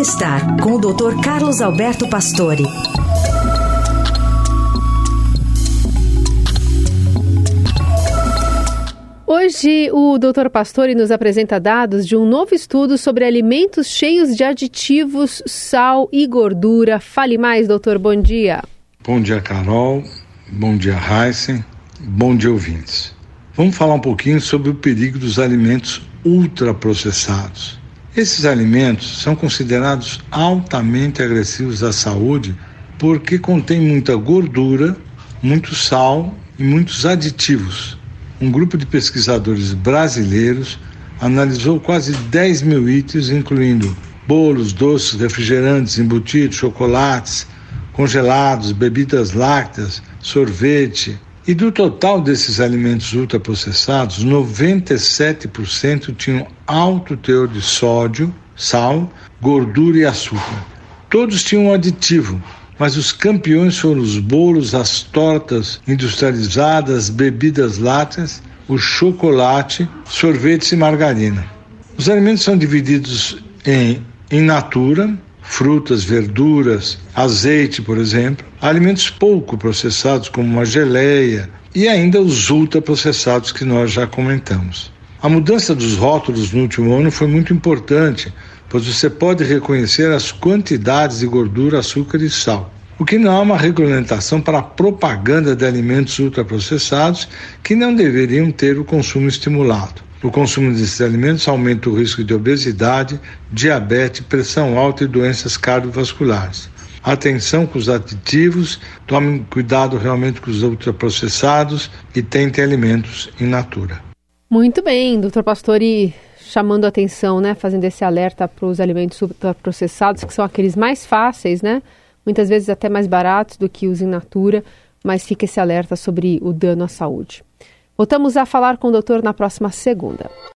Bem-estar, com o Dr. Carlos Alberto Pastore. Hoje, o Dr. Pastore nos apresenta dados de um novo estudo sobre alimentos cheios de aditivos, sal e gordura. Fale mais, doutor. Bom dia. Bom dia, Carol. Bom dia, Heisen. Bom dia, ouvintes. Vamos falar um pouquinho sobre o perigo dos alimentos ultraprocessados. Esses alimentos são considerados altamente agressivos à saúde porque contêm muita gordura, muito sal e muitos aditivos. Um grupo de pesquisadores brasileiros analisou quase 10 mil itens, incluindo bolos, doces, refrigerantes, embutidos, chocolates, congelados, bebidas lácteas, sorvete. E do total desses alimentos ultraprocessados, 97% tinham alto teor de sódio, sal, gordura e açúcar. Todos tinham um aditivo, mas os campeões foram os bolos, as tortas industrializadas, bebidas lácteas, o chocolate, sorvetes e margarina. Os alimentos são divididos em in natura, frutas, verduras, azeite, por exemplo, alimentos pouco processados como uma geleia e ainda os ultraprocessados que nós já comentamos. A mudança dos rótulos no último ano foi muito importante, pois você pode reconhecer as quantidades de gordura, açúcar e sal. O que não há uma regulamentação para a propaganda de alimentos ultraprocessados que não deveriam ter o consumo estimulado. O consumo desses alimentos aumenta o risco de obesidade, diabetes, pressão alta e doenças cardiovasculares. Atenção com os aditivos, tomem cuidado realmente com os ultraprocessados e tentem alimentos in natura. Muito bem, doutor Pastore, chamando a atenção, fazendo esse alerta para os alimentos ultraprocessados, que são aqueles mais fáceis, muitas vezes até mais baratos do que os in natura, mas fica esse alerta sobre o dano à saúde. Voltamos a falar com o doutor na próxima segunda.